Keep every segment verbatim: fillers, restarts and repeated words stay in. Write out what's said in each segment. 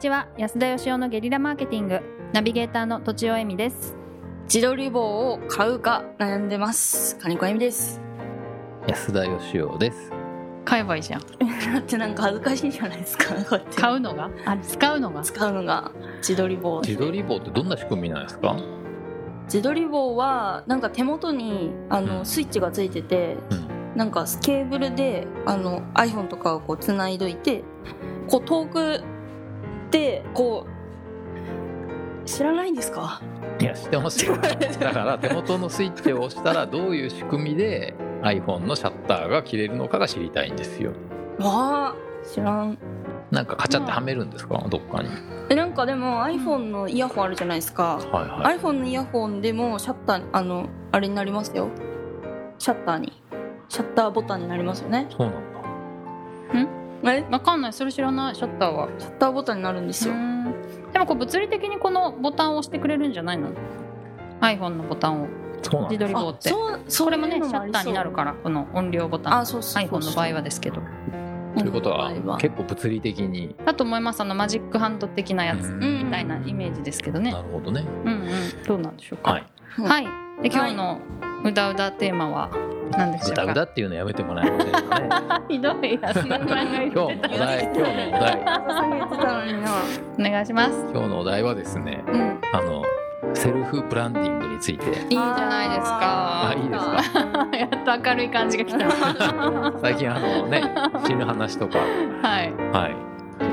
ちは。安田義雄のゲリラマーケティングナビゲーターのとちおえみです。 自撮り棒を買うか悩んでます。金子えみです。 安田義雄です。 買えばいいじゃん。 だってなんか恥ずかしいじゃないですか。こうやって買うのがあ使うのが使うのが自撮り棒。 自撮り棒ってどんな仕組みなんですか？ 自撮り棒はなんか手元にあの、うん、スイッチがついてて、うん、なんかケーブルであの iPhone とかをこうつないどいて、こう遠くでこう知らないんですか？ いや知ってますよ。だから手元のスイッチを押したらどういう仕組みで iPhone のシャッターが切れるのかが知りたいんですよ。 わあ知らん。 なんかカチャってはめるんですか、まあ、どっかに。 えなんかでも iPhone のイヤホンあるじゃないですか、はいはい、iPhone のイヤホンでもシャッターあのあれになりますよ。シャッターにシャッターボタンになりますよね。 そうなんだ。 んえわかんない。それ知らない。シャッターはシャッターボタンになるんですよ。 でもこう物理的にこのボタンを押してくれるんじゃないの？ iPhone のボタンを。 そうなん自撮り棒ってそうそう。 これもねシャッターになるからこの音量ボタン。 あそうそうそうそう iPhone の場合はですけど。 ということは結構物理的にだと思います。あのマジックハンド的なやつみたいなイメージですけどね。 なるほどね。 うんうん。どうなんでしょうか。はい。 うん、 はい。で今日のうだうだテーマは何でしょうか。 うだうだっていうのやめてもらえませんかね。 ひどいやつ。今日のお題、今日のお題。 お願いします。 今日のお題はですね、 うん、 あのセルフブランディングについて。いいじゃないですか。 あ、いいですか。 やっと明るい感じが来た。 最近あのね、死ぬ話とか、 はいはい、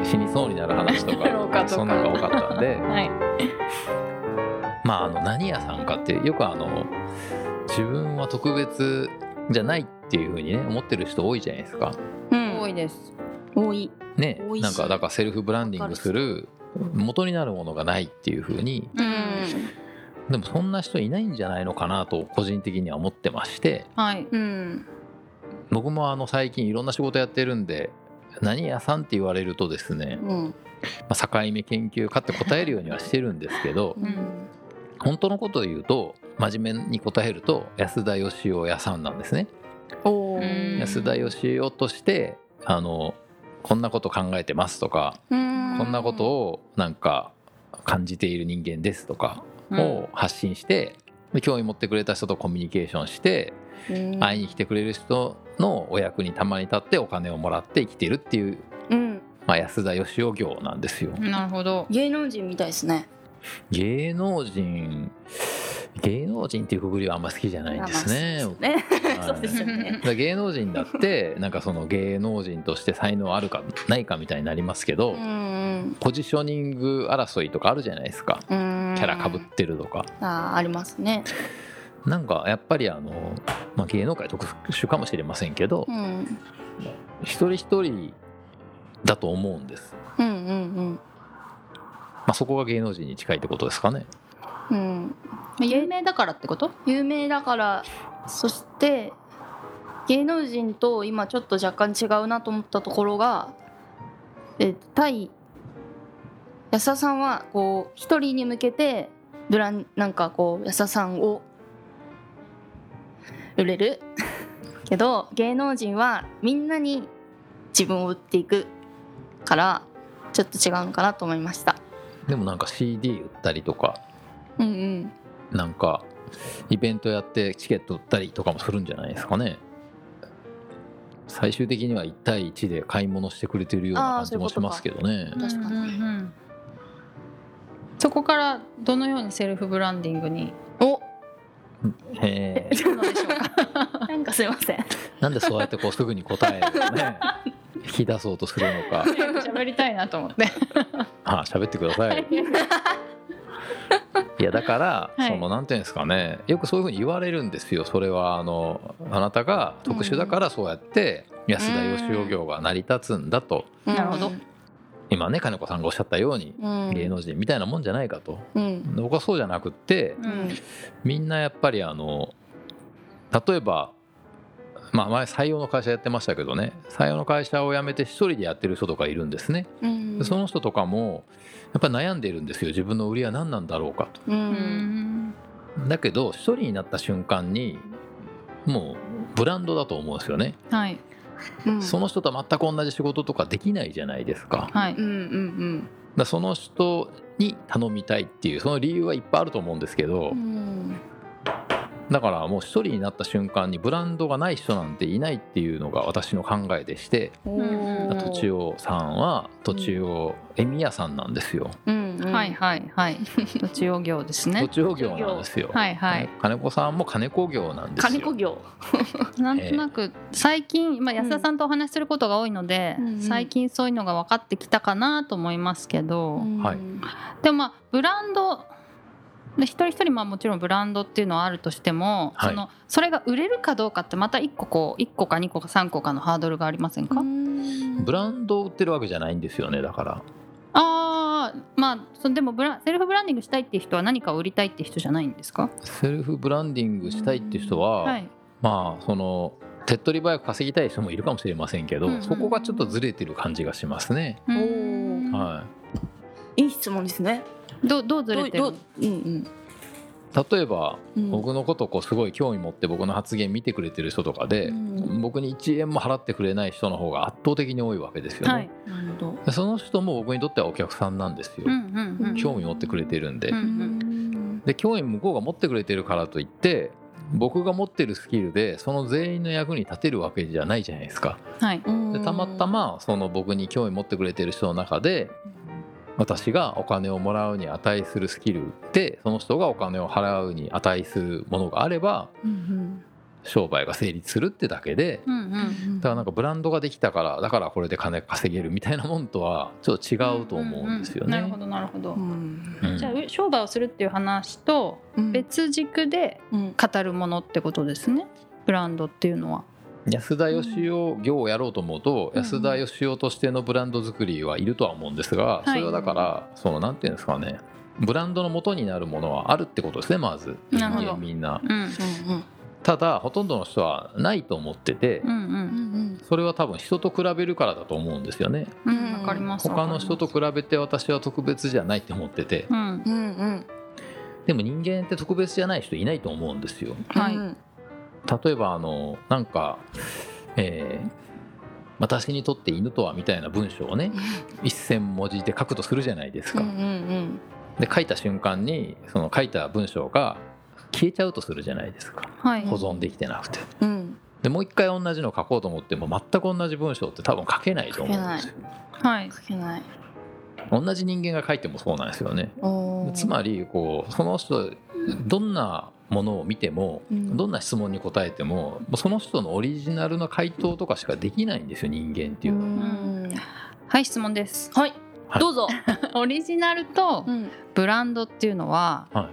死にそうになる話とか、そんなのが多かったんで、はい、まああの何屋さんかってよくあの自分は特別じゃないっていう風にね思ってる人多いじゃないですか。 うん、多いです。多い。 ね、なんかだからセルフブランディングする元になるものがないっていう風に。 うん。 でもそんな人いないんじゃないのかなと個人的には思ってまして、 はいうん、 僕もあの最近いろんな仕事やってるんで何屋さんって言われるとですね、 うんまあ、境目研究家って答えるようにはしてるんですけど、 うん、 本当のことを言うと真面目に答えると安田義雄屋さんなんですね。 お安田義雄としてあのこんなこと考えてますとか、こんなことをなんか感じている人間ですとかを発信して、うん、興味持ってくれた人とコミュニケーションして、うん、会いに来てくれる人のお役にたまに立ってお金をもらって生きてるっていう、 うんまあ、安田義雄業なんですよ。 なるほど。 芸能人みたいですね。 芸能人芸能人っていうくくりはあんま好きじゃないんですね。 そうですよね。 芸能人だってなんかその芸能人として才能あるかないかみたいになりますけど、 うんポジショニング争いとかあるじゃないですか。キャラ被ってるとかあ, ありますね。 なんかやっぱりあの、まあ、芸能界特殊かもしれませんけど、 うん、 一人一人だと思うんです、 うんうんうんまあ、そこが芸能人に近いってことですかね。 うん、 有名だからってこと？ 有名だから。そして芸能人と今ちょっと若干違うなと思ったところが、え対安田さんはこう一人に向けてブランなんかこう安田さんを売れるけど、芸能人はみんなに自分を売っていくからちょっと違うのかなと思いました。 でもなんか シーディー 売ったりとか、 うんうん、 なんかイベントやってチケット売ったりとかもするんじゃないですかね。最終的にはいち対いちで買い物してくれてるような感じもしますけどね。 確かに、うんうんうん、 そこからどのようにセルフブランディングにおへーのでしょうか。 なんかすいません。 なんでそうやってこうすぐに答えをね引き出そうとするのか。 喋りたいなと思って。 あ、喋ってください。いやだから、はい、そのなんていうんですかね、よくそういうふうに言われるんですよ。それはあのあなたが特殊だからそうやって安田義雄業が成り立つんだと。 なるほど。 今ね金子さんがおっしゃったように、うん、芸能人みたいなもんじゃないかと、 うん、 僕はそうじゃなくって、うん、みんなやっぱりあの例えば、まあ、前採用の会社やってましたけどね、採用の会社を辞めて一人でやってる人とかいるんですね、 うん、 その人とかもやっぱり悩んでいるんですよ。自分の売りは何なんだろうかと、 うん、 だけど一人になった瞬間にもうブランドだと思うんですよね、 はい、 うん、 その人と全く同じ仕事とかできないじゃないですか。 はい、 うんうんうん、 だその人に頼みたいっていうその理由はいっぱいあると思うんですけど、 うん、 だからもう一人になった瞬間にブランドがない人なんていないっていうのが私の考えでして、とちおさんはとちおえみやさんなんですよ。 うんうん、 はいはいはいとちお業ですね。 とちお業なんですよ。 はいはい。 金子さんも金子業なんですよ。 金子業なんとなく最近、まあ、安田さんとお話しすることが多いので、うん、最近そういうのが分かってきたかなと思いますけど、うん、 はい、 でもまあブランドで一人一人まあもちろんブランドっていうのはあるとしても、はい、そのそれが売れるかどうかってまたいっここういっこかにこかさんこかのハードルがありませんか？ ブランドを売ってるわけじゃないんですよね。だからあまあそでもブラセルフブランディングしたいっていう人は何かを売りたいっていう人じゃないんですか？ セルフブランディングしたいっていう人は、はい、まあその手っ取り早く稼ぎたい人もいるかもしれませんけど、うんうん、そこがちょっとずれてる感じがしますね。 お、 はい、 いい質問ですね。 ど, どうずれてる？ うんうん、 例えば、うん、僕のことをこうすごい興味持って僕の発言見てくれてる人とかで、うん、僕にいちえんも払ってくれない人の方が圧倒的に多いわけですよね、はい、なるほど。その人も僕にとってはお客さんなんですよ、うんうんうん、興味持ってくれてるんで、うんうん、で興味向こうが持ってくれてるからといって僕が持ってるスキルでその全員の役に立てるわけじゃないじゃないですか、はい、でたまたまその僕に興味持ってくれてる人の中で私がお金をもらうに値するスキルでその人がお金を払うに値するものがあれば、うんうん、商売が成立するってだけで、うんうん、だからなんかブランドができたからだからこれで金稼げるみたいなもんとはちょっと違うと思うんですよね、 うんうんうん、なるほどなるほど、うんうん、じゃあ商売をするっていう話と別軸で語るものってことですね、ブランドっていうのは。 安田義雄業をやろうと思うと、うん、安田義雄としてのブランド作りはいるとは思うんですが、それはだから、はい、そのなんていうんですかね、ブランドの元になるものはあるってことですね、まず人間みんな、うんうんうん、ただほとんどの人はないと思ってて、うんうん、それは多分人と比べるからだと思うんですよね、 うん、わかります。 他の人と比べて私は特別じゃないって思ってて、うんうんうん、でも人間って特別じゃない人いないと思うんですよ、はい、例えばあのなんか、えー、私にとって犬とはみたいな文章をね一千文字で書くとするじゃないですか、うんうんうん、で書いた瞬間にその書いた文章が消えちゃうとするじゃないですか、はい、保存できてなくて、うん、でもう一回同じの書こうと思っても全く同じ文章って多分書けないと思うんですよ。 はい、書けない。 同じ人間が書いてもそうなんですよね。つまりこうその人どんなものを見ても、うん、どんな質問に答えてもその人のオリジナルな回答とかしかできないんですよ、人間っていうのは。うん、 はい、質問です。 はい、はい、どうぞ。 オリジナルとブランドっていうのは、はい、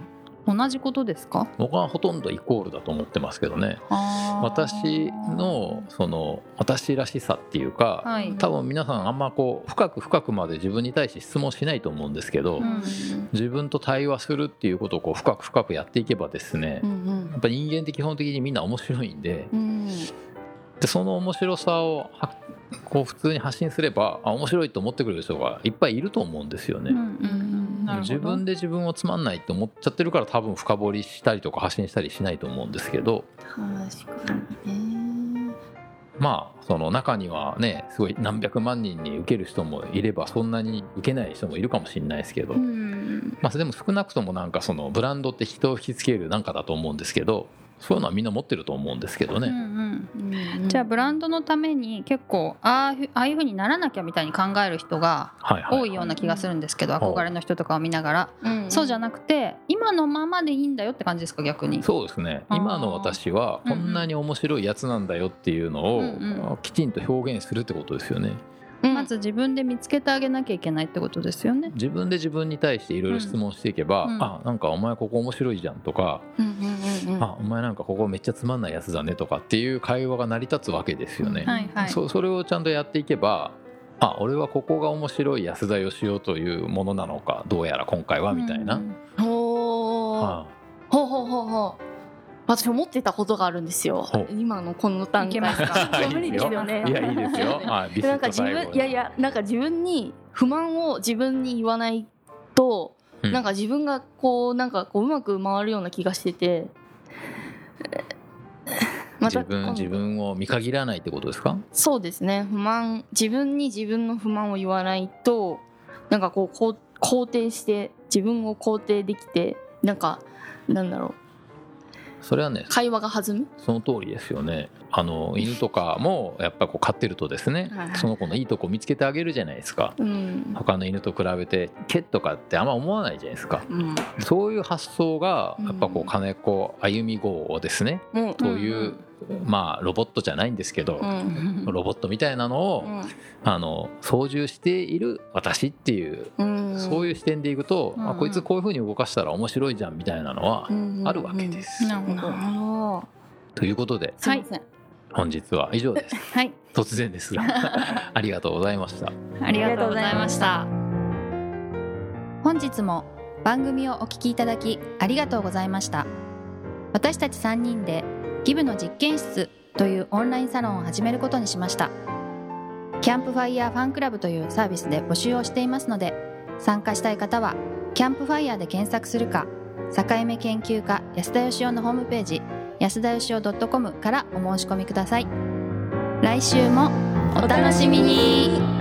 同じことですか？ 僕はほとんどイコールだと思ってますけどね。私のその私らしさっていうか、はい、多分皆さんあんまこう深く深くまで自分に対して質問しないと思うんですけど、うん、自分と対話するっていうことをこう深く深くやっていけばですね、うんうん、やっぱ人間って基本的にみんな面白いんで、うん、でその面白さをこう普通に発信すればあ面白いと思ってくれる人がいっぱいいると思うんですよね、うんうん、自分で自分をつまんないって思っちゃってるから多分深掘りしたりとか発信したりしないと思うんですけど、 確かにね。 まあその中にはねすごい何百万人に受ける人もいればそんなに受けない人もいるかもしれないですけど、うん、まあでも少なくともなんかそのブランドって人を引きつけるなんかだと思うんですけど、そういうのはみんな持ってると思うんですけどね、うんうん、じゃあブランドのために結構ああいう風にならなきゃみたいに考える人が多いような気がするんですけど、はいはいはい、憧れの人とかを見ながら、うんうん、そうじゃなくて今のままでいいんだよって感じですか？逆に。 そうですね、今の私はこんなに面白いやつなんだよっていうのをきちんと表現するってことですよね。 まず自分で見つけてあげなきゃいけないってことですよね。 自分で自分に対していろいろ質問していけば、うん、あなんかお前ここ面白いじゃんとか、うんうんうんうん、あお前なんかここめっちゃつまんないやつだねとかっていう会話が成り立つわけですよね、うんはいはい、そ, それをちゃんとやっていけばあ俺はここが面白い安田義雄というものなのかどうやら今回はみたいな、うん、 ほー、はあ、ほうほうほうほう。私思ってたことがあるんですよ。今のこの段階が無理ですよね。 いやいいですよ。 なんか自分いやいやなんか自分に不満を自分に言わないと、うん、なんか自分がこうなんかこううまく回るような気がしてて、 自分自分を見限らないってことですか？ そうですね。不満、自分に自分の不満を言わないと、なんかこう肯定して自分を肯定できて、なんかなんだろう、 それはね、 会話が弾む。 その通りですよね。あの犬とかもやっぱこう飼ってるとですね、はいはい、その子のいいとこ見つけてあげるじゃないですか、うん、他の犬と比べて毛とかってあんま思わないじゃないですか、うん、そういう発想がやっぱこう金子歩み号をですね、うん、という、まあロボットじゃないんですけど、うん、ロボットみたいなのを、うん、あの操縦している私っていう、うん、そういう視点でいくと、うん、あこいつこういう風に動かしたら面白いじゃんみたいなのはあるわけです、うんうんうん、なるほど。ということで、 はい、 本日は以上です、 はい、 突然ですがありがとうございました。 ありがとうございました。本日も番組をお聞きいただきありがとうございました。私たちさんにんでギブの実験室というオンラインサロンを始めることにしました。キャンプファイヤーファンクラブというサービスで募集をしていますので、参加したい方はキャンプファイヤーで検索するか、境目研究家安田義雄のホームページ安田義雄 .com からお申し込みください。来週もお楽しみに。